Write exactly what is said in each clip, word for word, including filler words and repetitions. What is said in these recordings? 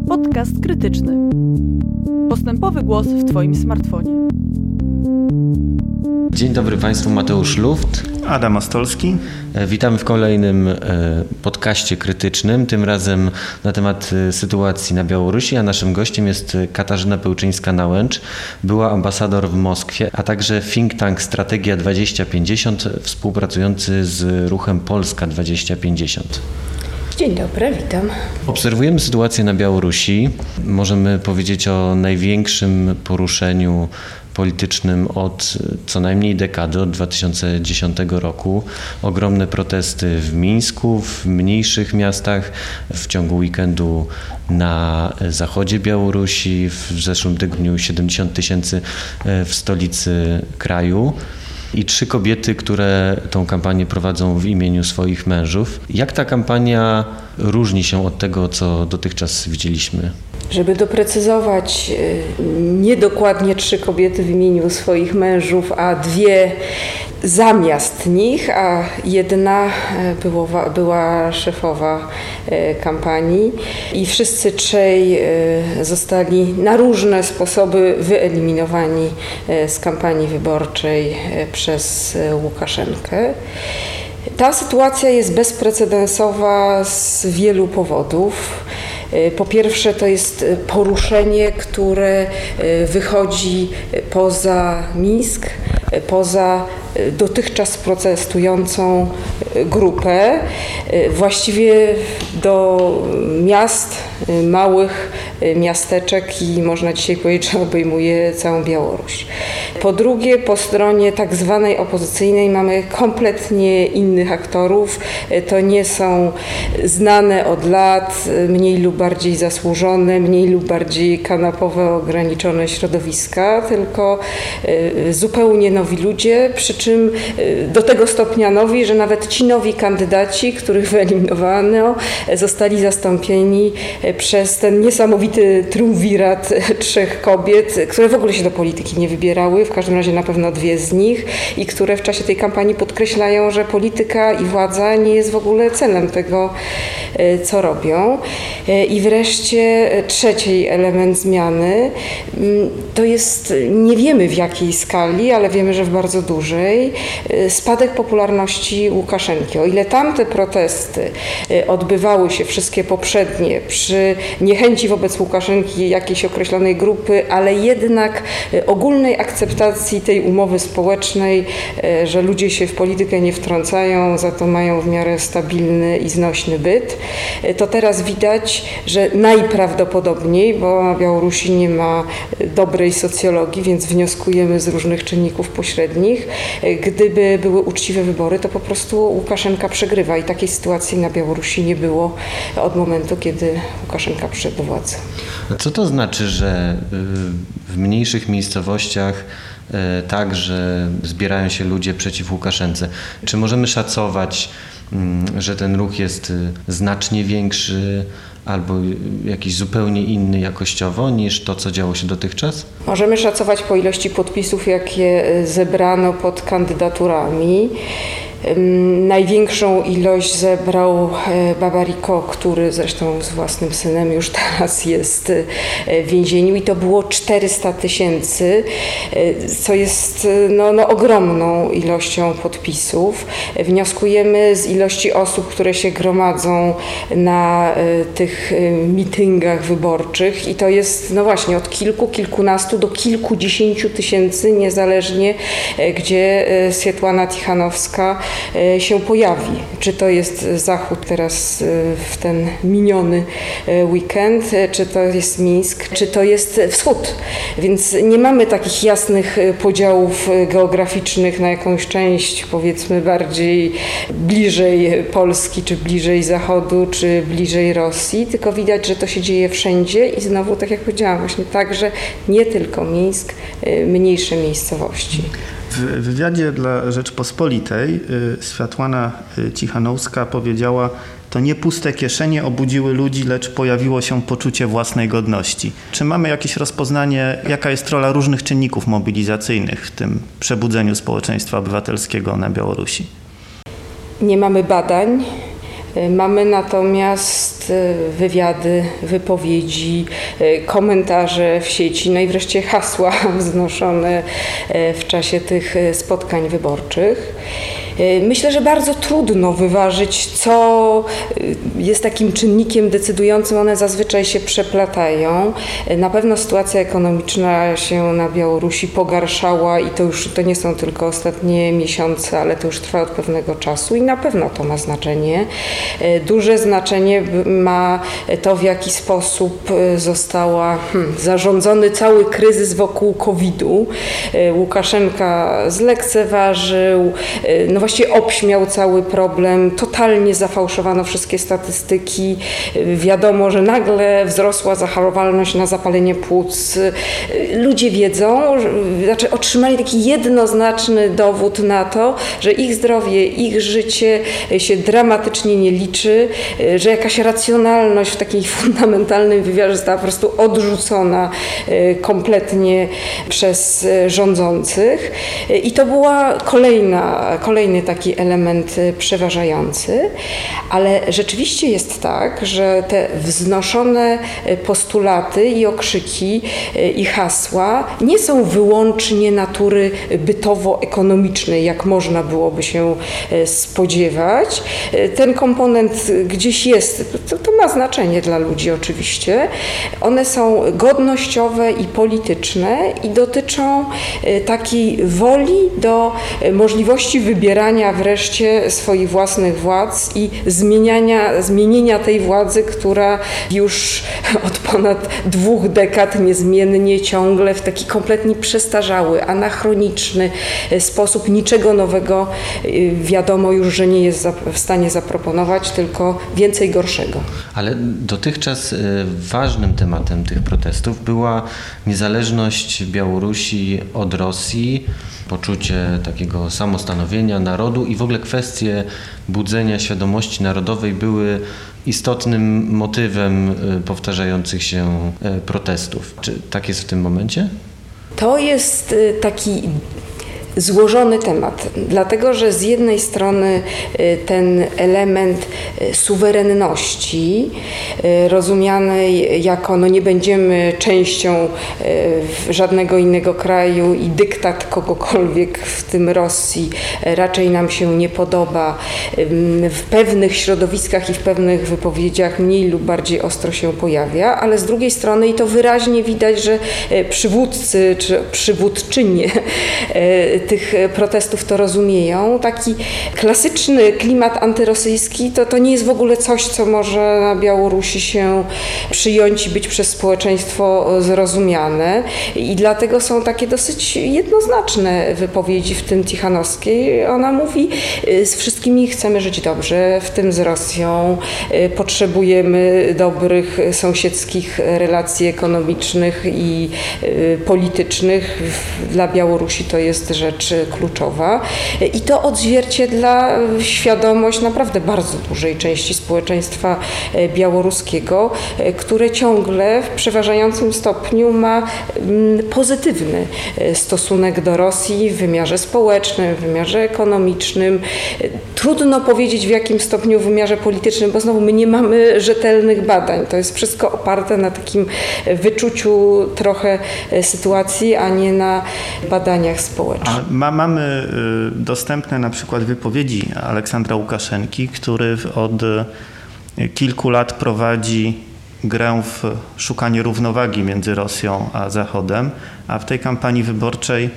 Podcast krytyczny. Postępowy głos w Twoim smartfonie. Dzień dobry Państwu, Mateusz Luft. Adam Ostolski. Witamy w kolejnym podcaście krytycznym, tym razem na temat sytuacji na Białorusi, a naszym gościem jest Katarzyna Pełczyńska-Nałęcz, była ambasador w Moskwie, a także think tank Strategia dwadzieścia pięćdziesiąt, współpracujący z ruchem Polska dwadzieścia pięćdziesiąt. Dzień dobry, witam. Obserwujemy sytuację na Białorusi. Możemy powiedzieć o największym poruszeniu politycznym od co najmniej dekady, od dwa tysiące dziesiątego roku. Ogromne protesty w Mińsku, w mniejszych miastach, w ciągu weekendu na zachodzie Białorusi, w zeszłym tygodniu siedemdziesiąt tysięcy w stolicy kraju. I trzy kobiety, które tą kampanię prowadzą w imieniu swoich mężów. Jak ta kampania różni się od tego, co dotychczas widzieliśmy? Żeby doprecyzować, nie dokładnie trzy kobiety w imieniu swoich mężów, a dwie zamiast nich, a jedna była, była szefowa kampanii i wszyscy trzej zostali na różne sposoby wyeliminowani z kampanii wyborczej przez Łukaszenkę. Ta sytuacja jest bezprecedensowa z wielu powodów. Po pierwsze, to jest poruszenie, które wychodzi poza Mińsk, poza dotychczas protestującą grupę, właściwie do miast, małych miasteczek i można dzisiaj powiedzieć, że obejmuje całą Białoruś. Po drugie, po stronie tak zwanej opozycyjnej mamy kompletnie innych aktorów. To nie są znane od lat, mniej lub bardziej zasłużone, mniej lub bardziej kanapowe, ograniczone środowiska, tylko zupełnie nowi ludzie, przy czym do tego stopnia nowi, że nawet ci nowi kandydaci, których wyeliminowano, zostali zastąpieni przez ten niesamowity triumvirat trzech kobiet, które w ogóle się do polityki nie wybierały, w każdym razie na pewno dwie z nich i które w czasie tej kampanii podkreślają, że polityka i władza nie jest w ogóle celem tego, co robią. I wreszcie trzeci element zmiany to jest, nie wiemy w jakiej skali, ale wiemy, że w bardzo dużej, spadek popularności Łukaszenki. O ile tamte protesty odbywały się, wszystkie poprzednie, przy niechęci wobec Łukaszenki jakiejś określonej grupy, ale jednak ogólnej akceptacji tej umowy społecznej, że ludzie się w politykę nie wtrącają, za to mają w miarę stabilny i znośny byt, to teraz widać, że najprawdopodobniej, bo na Białorusi nie ma dobrej socjologii, więc wnioskujemy z różnych czynników pośrednich, gdyby były uczciwe wybory, to po prostu Łukaszenka przegrywa i takiej sytuacji na Białorusi nie było od momentu, kiedy Łukaszenka przyszedł do władzy. Co to znaczy, że w mniejszych miejscowościach także zbierają się ludzie przeciw Łukaszence? Czy możemy szacować, że ten ruch jest znacznie większy albo jakiś zupełnie inny jakościowo niż to, co działo się dotychczas? Możemy szacować po ilości podpisów, jakie zebrano pod kandydaturami. Największą ilość zebrał Babariko, który zresztą z własnym synem już teraz jest w więzieniu i to było czterysta tysięcy, co jest no, no, ogromną ilością podpisów. Wnioskujemy z ilości osób, które się gromadzą na tych mityngach wyborczych i to jest no właśnie od kilku, kilkunastu do kilkudziesięciu tysięcy, niezależnie gdzie Swiatłana Tichanowska się pojawi. Czy to jest Zachód teraz w ten miniony weekend, czy to jest Mińsk, czy to jest Wschód. Więc nie mamy takich jasnych podziałów geograficznych na jakąś część, powiedzmy bardziej bliżej Polski, czy bliżej Zachodu, czy bliżej Rosji, tylko widać, że to się dzieje wszędzie i znowu, tak jak powiedziałam, właśnie także nie tylko Mińsk, mniejsze miejscowości. W wywiadzie dla Rzeczpospolitej Swiatłana Tichanowska powiedziała: to nie puste kieszenie obudziły ludzi, lecz pojawiło się poczucie własnej godności. Czy mamy jakieś rozpoznanie, jaka jest rola różnych czynników mobilizacyjnych w tym przebudzeniu społeczeństwa obywatelskiego na Białorusi? Nie mamy badań, Mamy natomiast wywiady, wypowiedzi, komentarze w sieci, no i wreszcie hasła wznoszone w czasie tych spotkań wyborczych. Myślę, że bardzo trudno wyważyć, co jest takim czynnikiem decydującym. One zazwyczaj się przeplatają. Na pewno sytuacja ekonomiczna się na Białorusi pogarszała i to już to nie są tylko ostatnie miesiące, ale to już trwa od pewnego czasu i na pewno to ma znaczenie. Duże znaczenie ma to, w jaki sposób została hmm, zarządzony cały kryzys wokół kowida. Łukaszenka zlekceważył, no właściwie obśmiał cały problem, totalnie zafałszowano wszystkie statystyki. Wiadomo, że nagle wzrosła zachorowalność na zapalenie płuc. Ludzie wiedzą, znaczy otrzymali taki jednoznaczny dowód na to, że ich zdrowie, ich życie się dramatycznie nie liczy, że jakaś racjonalność w takim fundamentalnym wymiarze została po prostu odrzucona kompletnie przez rządzących. I to była kolejna, kolejny taki element przeważający, ale rzeczywiście jest tak, że te wznoszone postulaty i okrzyki i hasła nie są wyłącznie natury bytowo-ekonomicznej, jak można byłoby się spodziewać. Ten komponent gdzieś jest, to, to ma znaczenie dla ludzi oczywiście. One są godnościowe i polityczne i dotyczą takiej woli do możliwości wybierania wreszcie swoich własnych władz i zmieniania, zmienienia tej władzy, która już od ponad dwóch dekad niezmiennie ciągle w taki kompletnie przestarzały, anachroniczny sposób niczego nowego wiadomo już, że nie jest w stanie zaproponować, tylko więcej gorszego. Ale dotychczas ważnym tematem tych protestów była niezależność Białorusi od Rosji, poczucie takiego samostanowienia narodu i w ogóle kwestie budzenia świadomości narodowej były istotnym motywem powtarzających się protestów. Czy tak jest w tym momencie? To jest taki złożony temat, dlatego że z jednej strony ten element suwerenności rozumianej jako no nie będziemy częścią żadnego innego kraju i dyktat kogokolwiek, w tym Rosji, raczej nam się nie podoba. W pewnych środowiskach i w pewnych wypowiedziach mniej lub bardziej ostro się pojawia, ale z drugiej strony i to wyraźnie widać, że przywódcy czy przywódczynie tych protestów to rozumieją. Taki klasyczny klimat antyrosyjski to, to nie jest w ogóle coś, co może na Białorusi się przyjąć i być przez społeczeństwo zrozumiane. I dlatego są takie dosyć jednoznaczne wypowiedzi, w tym Tichanowskiej. Ona mówi, z wszystkimi chcemy żyć dobrze, w tym z Rosją. Potrzebujemy dobrych sąsiedzkich relacji ekonomicznych i politycznych. Dla Białorusi to jest rzecz kluczowa i to odzwierciedla świadomość naprawdę bardzo dużej części społeczeństwa białoruskiego, które ciągle w przeważającym stopniu ma pozytywny stosunek do Rosji w wymiarze społecznym, w wymiarze ekonomicznym. Trudno powiedzieć, w jakim stopniu w wymiarze politycznym, bo znowu my nie mamy rzetelnych badań. To jest wszystko oparte na takim wyczuciu trochę sytuacji, a nie na badaniach społecznych. Ma, mamy dostępne na przykład wypowiedzi Aleksandra Łukaszenki, który od kilku lat prowadzi grę w szukanie równowagi między Rosją a Zachodem, a w tej kampanii wyborczej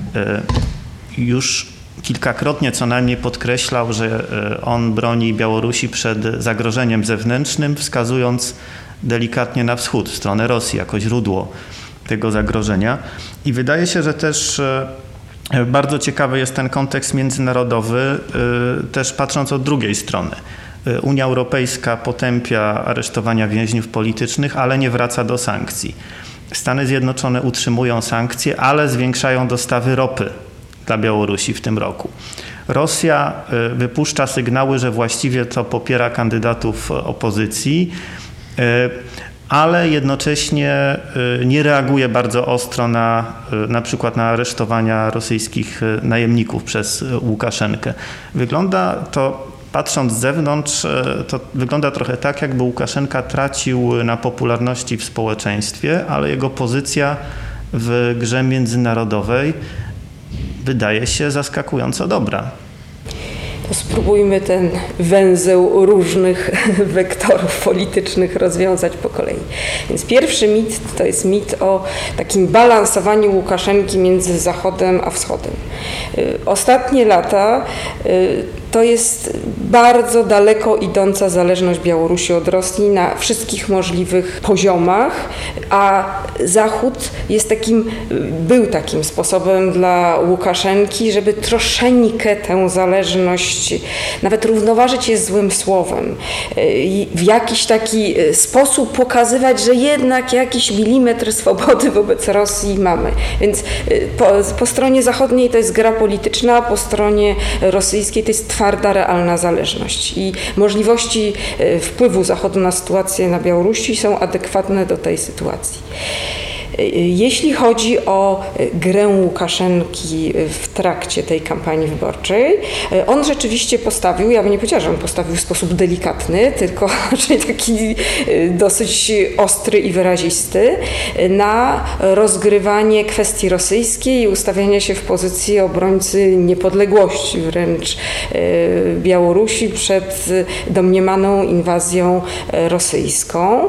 już kilkakrotnie co najmniej podkreślał, że on broni Białorusi przed zagrożeniem zewnętrznym, wskazując delikatnie na wschód, w stronę Rosji, jako źródło tego zagrożenia. I wydaje się, że też bardzo ciekawy jest ten kontekst międzynarodowy, też patrząc od drugiej strony. Unia Europejska potępia aresztowania więźniów politycznych, ale nie wraca do sankcji. Stany Zjednoczone utrzymują sankcje, ale zwiększają dostawy ropy dla Białorusi w tym roku. Rosja wypuszcza sygnały, że właściwie to popiera kandydatów opozycji, ale jednocześnie nie reaguje bardzo ostro na, na przykład na aresztowania rosyjskich najemników przez Łukaszenkę. Wygląda to Patrząc z zewnątrz, to wygląda trochę tak, jakby Łukaszenka tracił na popularności w społeczeństwie, ale jego pozycja w grze międzynarodowej wydaje się zaskakująco dobra. To spróbujmy ten węzeł różnych wektorów politycznych rozwiązać po kolei. Więc pierwszy mit to jest mit o takim balansowaniu Łukaszenki między Zachodem a Wschodem. Ostatnie lata to jest bardzo daleko idąca zależność Białorusi od Rosji na wszystkich możliwych poziomach, a Zachód jest takim, był takim sposobem dla Łukaszenki, żeby troszeczkę tę zależność, nawet równoważyć jest złym słowem, w jakiś taki sposób pokazywać, że jednak jakiś milimetr swobody wobec Rosji mamy. Więc po, po stronie zachodniej to jest gra polityczna, a po stronie rosyjskiej to jest twarda, realna zależność. I możliwości wpływu Zachodu na sytuację na Białorusi są adekwatne do tej sytuacji. Jeśli chodzi o grę Łukaszenki w trakcie tej kampanii wyborczej, on rzeczywiście postawił, ja bym nie powiedziała, że on postawił w sposób delikatny, tylko raczej taki dosyć ostry i wyrazisty, na rozgrywanie kwestii rosyjskiej i ustawianie się w pozycji obrońcy niepodległości wręcz Białorusi przed domniemaną inwazją rosyjską.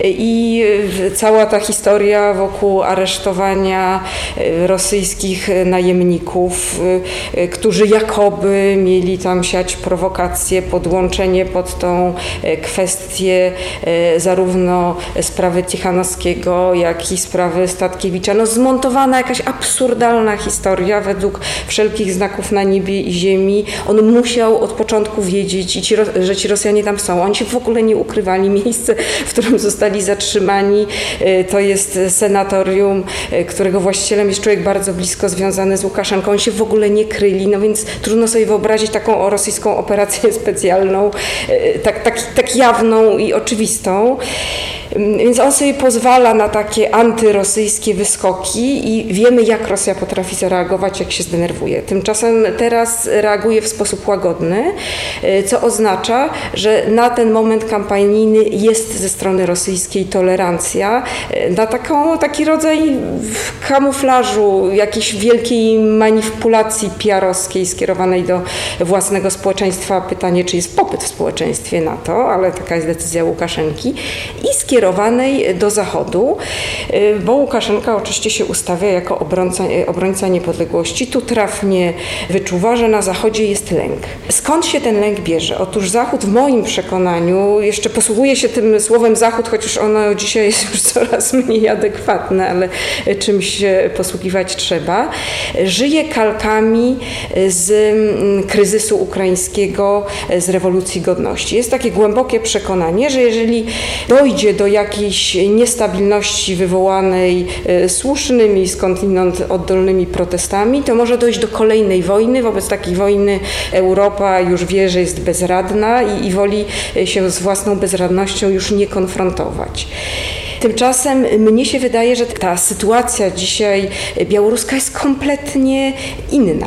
I cała ta historia w wokół aresztowania rosyjskich najemników, którzy jakoby mieli tam siać prowokacje, podłączenie pod tą kwestię zarówno sprawy Tichanowskiego, jak i sprawy Statkiewicza. No zmontowana jakaś absurdalna historia według wszelkich znaków na niebie i ziemi. On musiał od początku wiedzieć, i ci, że ci Rosjanie tam są. Oni się w ogóle nie ukrywali. Miejsce, w którym zostali zatrzymani, to jest senatorium, którego właścicielem jest człowiek bardzo blisko związany z Łukaszenką. Oni się w ogóle nie kryli, no więc trudno sobie wyobrazić taką rosyjską operację specjalną, tak, tak, tak jawną i oczywistą. Więc on sobie pozwala na takie antyrosyjskie wyskoki i wiemy, jak Rosja potrafi zareagować, jak się zdenerwuje. Tymczasem teraz reaguje w sposób łagodny, co oznacza, że na ten moment kampanijny jest ze strony rosyjskiej tolerancja na taką, taki rodzaj kamuflażu, jakiejś wielkiej manipulacji P R owskiej skierowanej do własnego społeczeństwa. Pytanie, czy jest popyt w społeczeństwie na to, ale taka jest decyzja Łukaszenki. I skierowanej do Zachodu, bo Łukaszenka oczywiście się ustawia jako obrońca, obrońca niepodległości. Tu trafnie wyczuwa, że na Zachodzie jest lęk. Skąd się ten lęk bierze? Otóż Zachód w moim przekonaniu, jeszcze posługuje się tym słowem Zachód, chociaż ono dzisiaj jest już coraz mniej adekwatne, ale czymś się posługiwać trzeba, żyje kalkami z kryzysu ukraińskiego, z rewolucji godności. Jest takie głębokie przekonanie, że jeżeli dojdzie do jakiejś niestabilności wywołanej słusznymi skądinąd oddolnymi protestami, to może dojść do kolejnej wojny. Wobec takiej wojny Europa już wie, że jest bezradna i, i woli się z własną bezradnością już nie konfrontować. Tymczasem mnie się wydaje, że ta sytuacja dzisiaj białoruska jest kompletnie inna.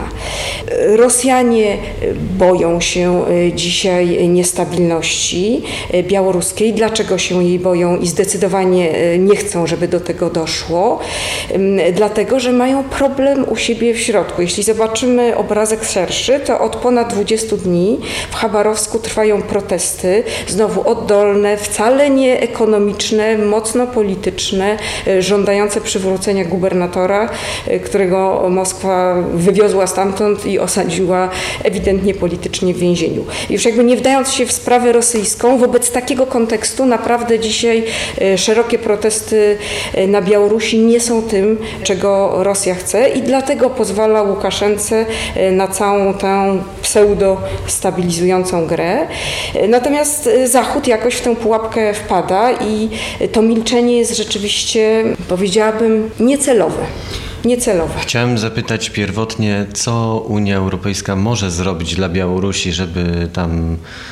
Rosjanie boją się dzisiaj niestabilności białoruskiej. Dlaczego się jej boją i zdecydowanie nie chcą, żeby do tego doszło? Dlatego, że mają problem u siebie w środku. Jeśli zobaczymy obrazek szerszy, to od ponad dwudziestu dni w Chabarowsku trwają protesty, znowu oddolne, wcale nie ekonomiczne, mocno polityczne, żądające przywrócenia gubernatora, którego Moskwa wywiozła stamtąd i osadziła ewidentnie politycznie w więzieniu. Już jakby nie wdając się w sprawę rosyjską, wobec takiego kontekstu naprawdę dzisiaj szerokie protesty na Białorusi nie są tym, czego Rosja chce i dlatego pozwala Łukaszence na całą tę pseudo-stabilizującą grę. Natomiast Zachód jakoś w tę pułapkę wpada i to milczenie jest rzeczywiście, powiedziałabym, niecelowe. Niecelowe. Chciałem zapytać pierwotnie, co Unia Europejska może zrobić dla Białorusi, żeby tam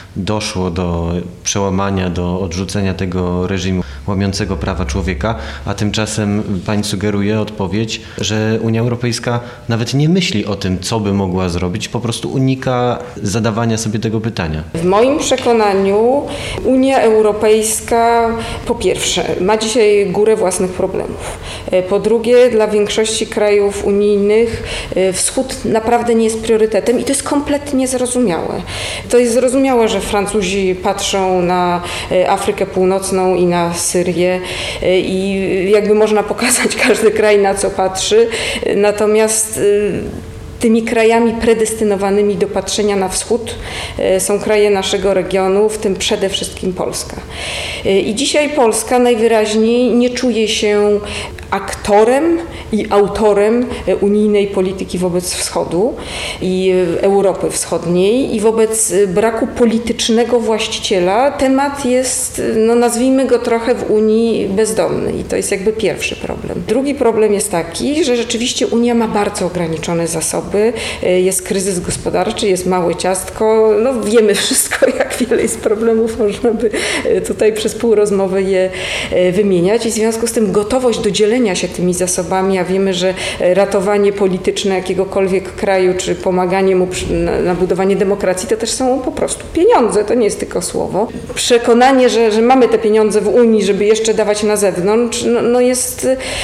doszło do przełamania, do odrzucenia tego reżimu łamiącego prawa człowieka, a tymczasem pani sugeruje odpowiedź, że Unia Europejska nawet nie myśli o tym, co by mogła zrobić, po prostu unika zadawania sobie tego pytania. W moim przekonaniu Unia Europejska po pierwsze ma dzisiaj górę własnych problemów. Po drugie, dla większości krajów unijnych wschód naprawdę nie jest priorytetem i to jest kompletnie zrozumiałe. To jest zrozumiałe, że Francuzi patrzą na Afrykę Północną i na Syrię i jakby można pokazać każdy kraj, na co patrzy, natomiast tymi krajami predestynowanymi do patrzenia na wschód są kraje naszego regionu, w tym przede wszystkim Polska. I dzisiaj Polska najwyraźniej nie czuje się aktorem i autorem unijnej polityki wobec Wschodu i Europy Wschodniej i wobec braku politycznego właściciela temat jest, no nazwijmy go trochę w Unii bezdomny i to jest jakby pierwszy problem. Drugi problem jest taki, że rzeczywiście Unia ma bardzo ograniczone zasoby, jest kryzys gospodarczy, jest małe ciastko, no wiemy wszystko, jak wiele jest problemów, można by tutaj przez pół rozmowy je wymieniać i w związku z tym gotowość do dzielenia się tymi zasobami, a wiemy, że ratowanie polityczne jakiegokolwiek kraju, czy pomaganie mu na, na budowanie demokracji, to też są po prostu pieniądze, to nie jest tylko słowo. Przekonanie, że, że mamy te pieniądze w Unii, żeby jeszcze dawać na zewnątrz, no, no jest,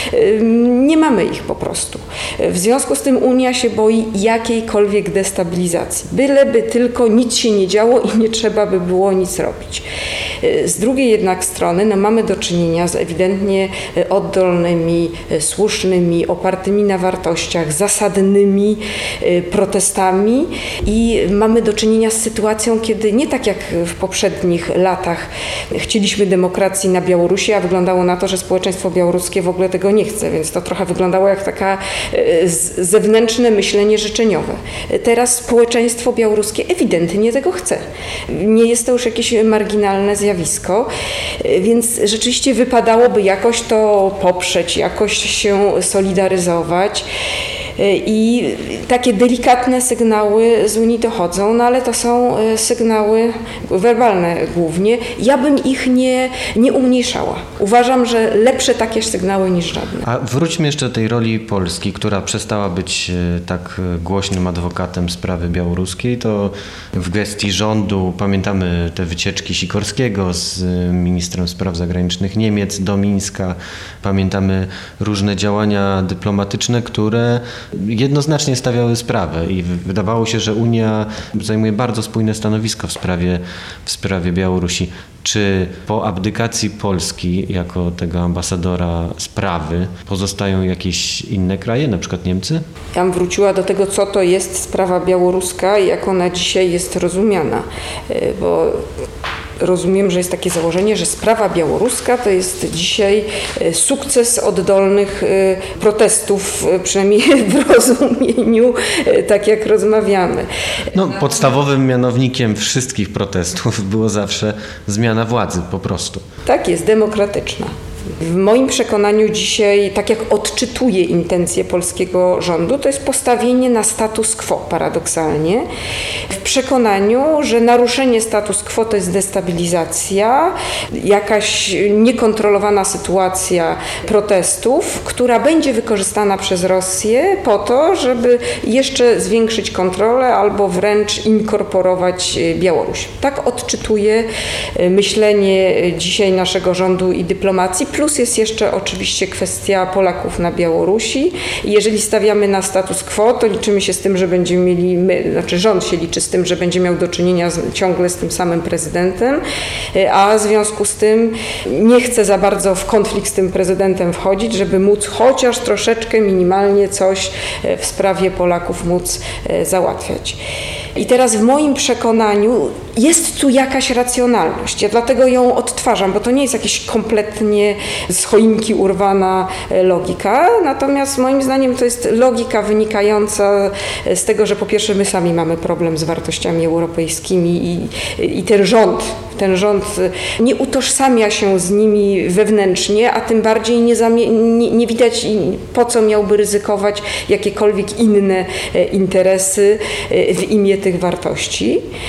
nie mamy ich po prostu. W związku z tym Unia się boi jakiejkolwiek destabilizacji. Byleby tylko nic się nie działo i nie trzeba by było nic robić. Z drugiej jednak strony no, mamy do czynienia z ewidentnie oddolnymi, słusznymi, opartymi na wartościach, zasadnymi protestami i mamy do czynienia z sytuacją, kiedy nie tak jak w poprzednich latach chcieliśmy demokracji na Białorusi, a wyglądało na to, że społeczeństwo białoruskie w ogóle tego nie chce, więc to trochę wyglądało jak taka zewnętrzne myślenie życzeniowe. Teraz społeczeństwo białoruskie ewidentnie tego chce. Nie jest to już jakieś marginalne zjawisko, więc rzeczywiście wypadałoby jakoś to poprzeć, jakoś się solidaryzować. I takie delikatne sygnały z Unii dochodzą, no ale to są sygnały werbalne głównie. Ja bym ich nie, nie umniejszała. Uważam, że lepsze takie sygnały niż żadne. A wróćmy jeszcze do tej roli Polski, która przestała być tak głośnym adwokatem sprawy białoruskiej. To w gestii rządu pamiętamy te wycieczki Sikorskiego z ministrem spraw zagranicznych Niemiec do Mińska. Pamiętamy różne działania dyplomatyczne, które jednoznacznie stawiały sprawę i wydawało się, że Unia zajmuje bardzo spójne stanowisko w sprawie, w sprawie Białorusi. Czy po abdykacji Polski jako tego ambasadora sprawy pozostają jakieś inne kraje, na przykład Niemcy? Ja bym wróciła do tego, co to jest sprawa białoruska i jak ona dzisiaj jest rozumiana, bo rozumiem, że jest takie założenie, że sprawa białoruska to jest dzisiaj sukces oddolnych protestów, przynajmniej w rozumieniu, tak jak rozmawiamy. No, podstawowym mianownikiem wszystkich protestów było zawsze zmiana władzy, po prostu. Tak jest, demokratyczna. W moim przekonaniu dzisiaj, tak jak odczytuję intencje polskiego rządu, to jest postawienie na status quo paradoksalnie. W przekonaniu, że naruszenie status quo to jest destabilizacja, jakaś niekontrolowana sytuacja protestów, która będzie wykorzystana przez Rosję po to, żeby jeszcze zwiększyć kontrolę albo wręcz inkorporować Białoruś. Tak odczytuję myślenie dzisiaj naszego rządu i dyplomacji. Plus jest jeszcze oczywiście kwestia Polaków na Białorusi. I jeżeli stawiamy na status quo, to liczymy się z tym, że będziemy mieli, my, znaczy rząd się liczy z tym, że będzie miał do czynienia z, ciągle z tym samym prezydentem, a w związku z tym nie chce za bardzo w konflikt z tym prezydentem wchodzić, żeby móc chociaż troszeczkę minimalnie coś w sprawie Polaków móc załatwiać. I teraz w moim przekonaniu jest tu jakaś racjonalność. Ja dlatego ją odtwarzam, bo to nie jest jakaś kompletnie z choinki urwana logika. Natomiast moim zdaniem to jest logika wynikająca z tego, że po pierwsze my sami mamy problem z wartościami europejskimi i, i ten rząd, ten rząd nie utożsamia się z nimi wewnętrznie, a tym bardziej nie, zamie- nie, nie widać po co miałby ryzykować jakiekolwiek inne interesy w imię tych wartości.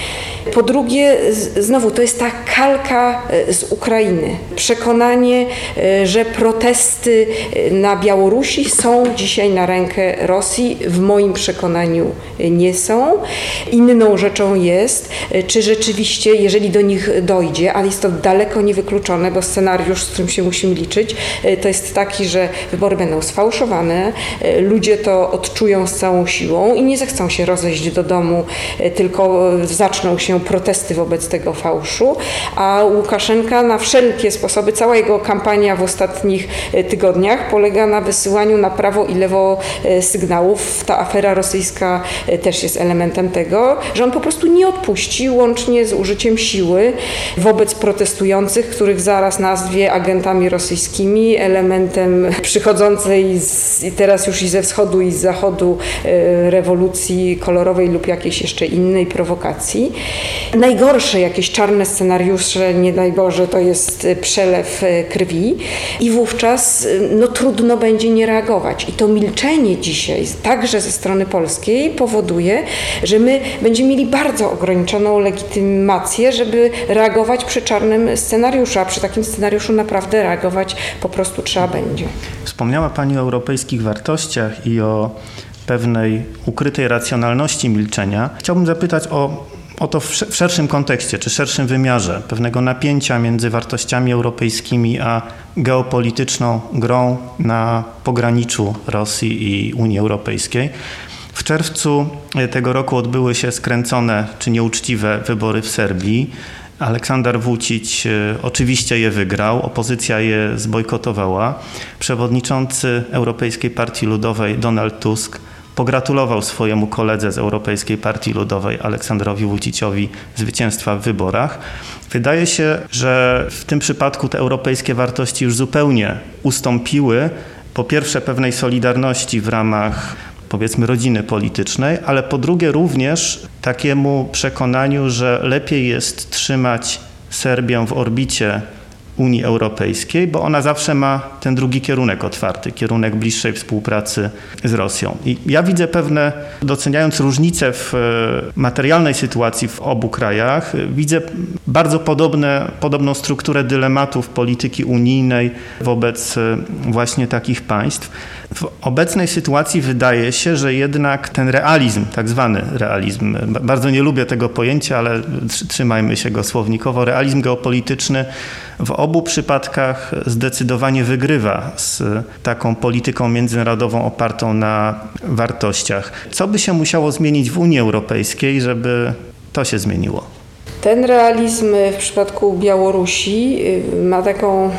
Po drugie, znowu to jest ta kalka z Ukrainy. Przekonanie, że protesty na Białorusi są dzisiaj na rękę Rosji. W moim przekonaniu nie są. Inną rzeczą jest, czy rzeczywiście, jeżeli do nich dojdzie, ale jest to daleko niewykluczone, bo scenariusz, z którym się musimy liczyć, to jest taki, że wybory będą sfałszowane, ludzie to odczują z całą siłą i nie zechcą się rozejść do domu, tylko zaczną się protesty wobec tego fałszu, a Łukaszenka na wszelkie sposoby, cała jego kampania w ostatnich tygodniach polega na wysyłaniu na prawo i lewo sygnałów. Ta afera rosyjska też jest elementem tego, że on po prostu nie odpuści, łącznie z użyciem siły wobec protestujących, których zaraz nazwie agentami rosyjskimi, elementem przychodzącej z, i teraz już i ze wschodu i z zachodu e, rewolucji kolorowej lub jakiejś jeszcze innej prowokacji. Najgorsze jakieś czarne scenariusze, nie daj Boże, to jest przelew krwi i wówczas no, trudno będzie nie reagować. I to milczenie dzisiaj, także ze strony polskiej, powoduje, że my będziemy mieli bardzo ograniczoną legitymację, żeby reagować przy czarnym scenariuszu, a przy takim scenariuszu naprawdę reagować po prostu trzeba będzie. Wspomniała Pani o europejskich wartościach i o pewnej ukrytej racjonalności milczenia. Chciałbym zapytać o, o to w szerszym kontekście, czy szerszym wymiarze pewnego napięcia między wartościami europejskimi a geopolityczną grą na pograniczu Rosji i Unii Europejskiej. W czerwcu tego roku odbyły się skręcone czy nieuczciwe wybory w Serbii. Aleksander Vučić oczywiście je wygrał, opozycja je zbojkotowała. Przewodniczący Europejskiej Partii Ludowej Donald Tusk pogratulował swojemu koledze z Europejskiej Partii Ludowej Aleksandrowi Vučićowi zwycięstwa w wyborach. Wydaje się, że w tym przypadku te europejskie wartości już zupełnie ustąpiły. Po pierwsze pewnej solidarności w ramach, powiedzmy, rodziny politycznej, ale po drugie również takiemu przekonaniu, że lepiej jest trzymać Serbię w orbicie Unii Europejskiej, bo ona zawsze ma ten drugi kierunek otwarty, kierunek bliższej współpracy z Rosją. I ja widzę pewne, doceniając różnice w materialnej sytuacji w obu krajach, widzę bardzo podobne, podobną strukturę dylematów polityki unijnej wobec właśnie takich państw. W obecnej sytuacji wydaje się, że jednak ten realizm, tak zwany realizm, bardzo nie lubię tego pojęcia, ale trzymajmy się go słownikowo, realizm geopolityczny w obu przypadkach zdecydowanie wygrywa z taką polityką międzynarodową opartą na wartościach. Co by się musiało zmienić w Unii Europejskiej, żeby to się zmieniło? Ten realizm w przypadku Białorusi ma taką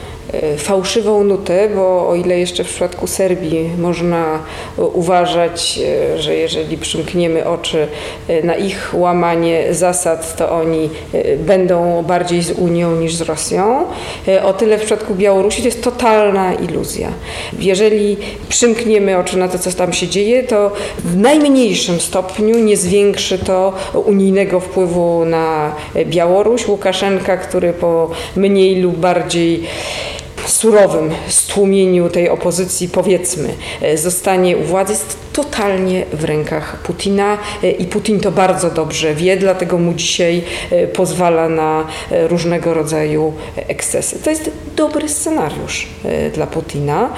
fałszywą nutę, bo o ile jeszcze w przypadku Serbii można uważać, że jeżeli przymkniemy oczy na ich łamanie zasad, to oni będą bardziej z Unią niż z Rosją, o tyle w przypadku Białorusi to jest totalna iluzja. Jeżeli przymkniemy oczy na to, co tam się dzieje, to w najmniejszym stopniu nie zwiększy to unijnego wpływu na Białoruś. Łukaszenka, który po mniej lub bardziej surowym stłumieniu tej opozycji, powiedzmy, zostanie u władzy, jest totalnie w rękach Putina i Putin to bardzo dobrze wie, dlatego mu dzisiaj pozwala na różnego rodzaju ekscesy. To jest dobry scenariusz dla Putina.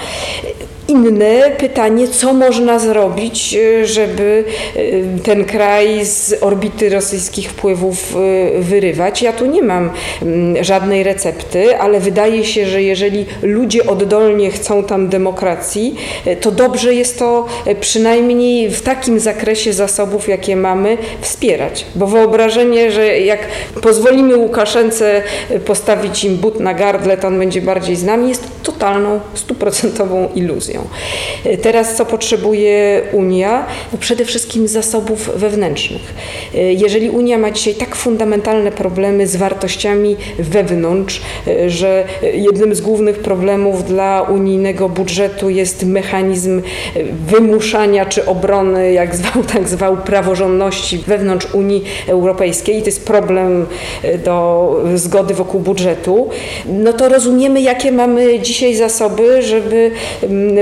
Inne pytanie, co można zrobić, żeby ten kraj z orbity rosyjskich wpływów wyrywać. Ja tu nie mam żadnej recepty, ale wydaje się, że jeżeli ludzie oddolnie chcą tam demokracji, to dobrze jest to przynajmniej w takim zakresie zasobów, jakie mamy, wspierać. Bo wyobrażenie, że jak pozwolimy Łukaszence postawić im but na gardle, to on będzie bardziej z nami, jest totalną, stuprocentową iluzją. Teraz co potrzebuje Unia? No przede wszystkim zasobów wewnętrznych. Jeżeli Unia ma dzisiaj tak fundamentalne problemy z wartościami wewnątrz, że jednym z głównych problemów dla unijnego budżetu jest mechanizm wymuszania czy obrony, jak zwał, tak zwał, praworządności wewnątrz Unii Europejskiej i to jest problem do zgody wokół budżetu, no to rozumiemy, jakie mamy dzisiaj zasoby, żeby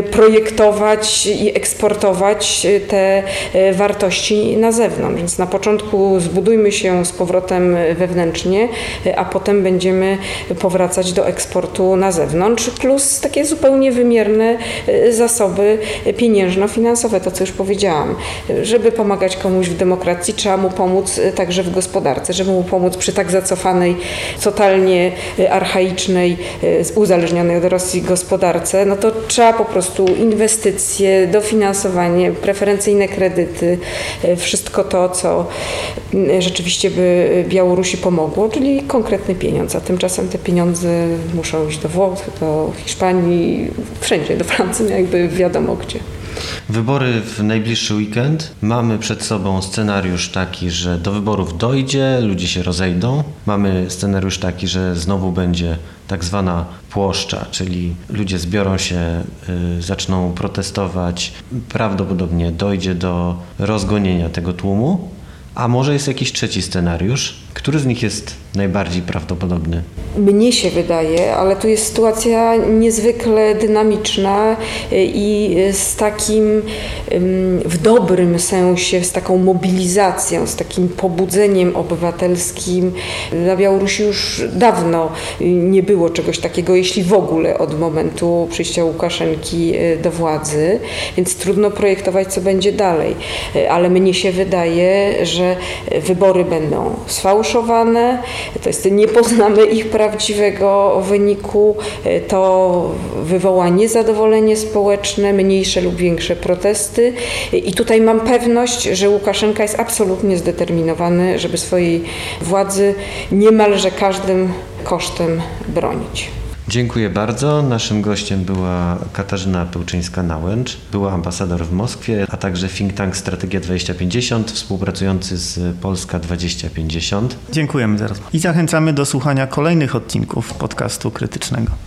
projektować i eksportować te wartości na zewnątrz. Więc na początku zbudujmy się z powrotem wewnętrznie, a potem będziemy powracać do eksportu na zewnątrz, plus takie zupełnie wymierne zasoby pieniężno-finansowe, to co już powiedziałam. Żeby pomagać komuś w demokracji, trzeba mu pomóc także w gospodarce, żeby mu pomóc przy tak zacofanej, totalnie archaicznej, uzależnionej od Rosji gospodarce, no to trzeba po prostu inwestycje, dofinansowanie, preferencyjne kredyty, wszystko to, co rzeczywiście by Białorusi pomogło, czyli konkretny pieniądz, a tymczasem te pieniądze muszą iść do Włoch, do Hiszpanii, wszędzie, do Francji, jakby wiadomo gdzie. Wybory w najbliższy weekend. Mamy przed sobą scenariusz taki, że do wyborów dojdzie, ludzie się rozejdą. Mamy scenariusz taki, że znowu będzie tak zwana płoszcza, czyli ludzie zbiorą się, y, zaczną protestować. Prawdopodobnie dojdzie do rozgonienia tego tłumu. A może jest jakiś trzeci scenariusz? Który z nich jest najbardziej prawdopodobny? Mnie się wydaje, ale tu jest sytuacja niezwykle dynamiczna i z takim, w dobrym sensie, z taką mobilizacją, z takim pobudzeniem obywatelskim. Na Białorusi już dawno nie było czegoś takiego, jeśli w ogóle od momentu przyjścia Łukaszenki do władzy, więc trudno projektować, co będzie dalej. Ale mnie się wydaje, że wybory będą sfałszowane, to jest, nie poznamy ich prawdziwego wyniku, to wywoła niezadowolenie społeczne, mniejsze lub większe protesty i tutaj mam pewność, że Łukaszenka jest absolutnie zdeterminowany, żeby swojej władzy niemalże każdym kosztem bronić. Dziękuję bardzo. Naszym gościem była Katarzyna Pełczyńska-Nałęcz, była ambasador w Moskwie, a także think tank Strategia dwadzieścia pięćdziesiąt, współpracujący z Polska dwadzieścia pięćdziesiąt. Dziękujemy za rozmowę. I zachęcamy do słuchania kolejnych odcinków podcastu krytycznego.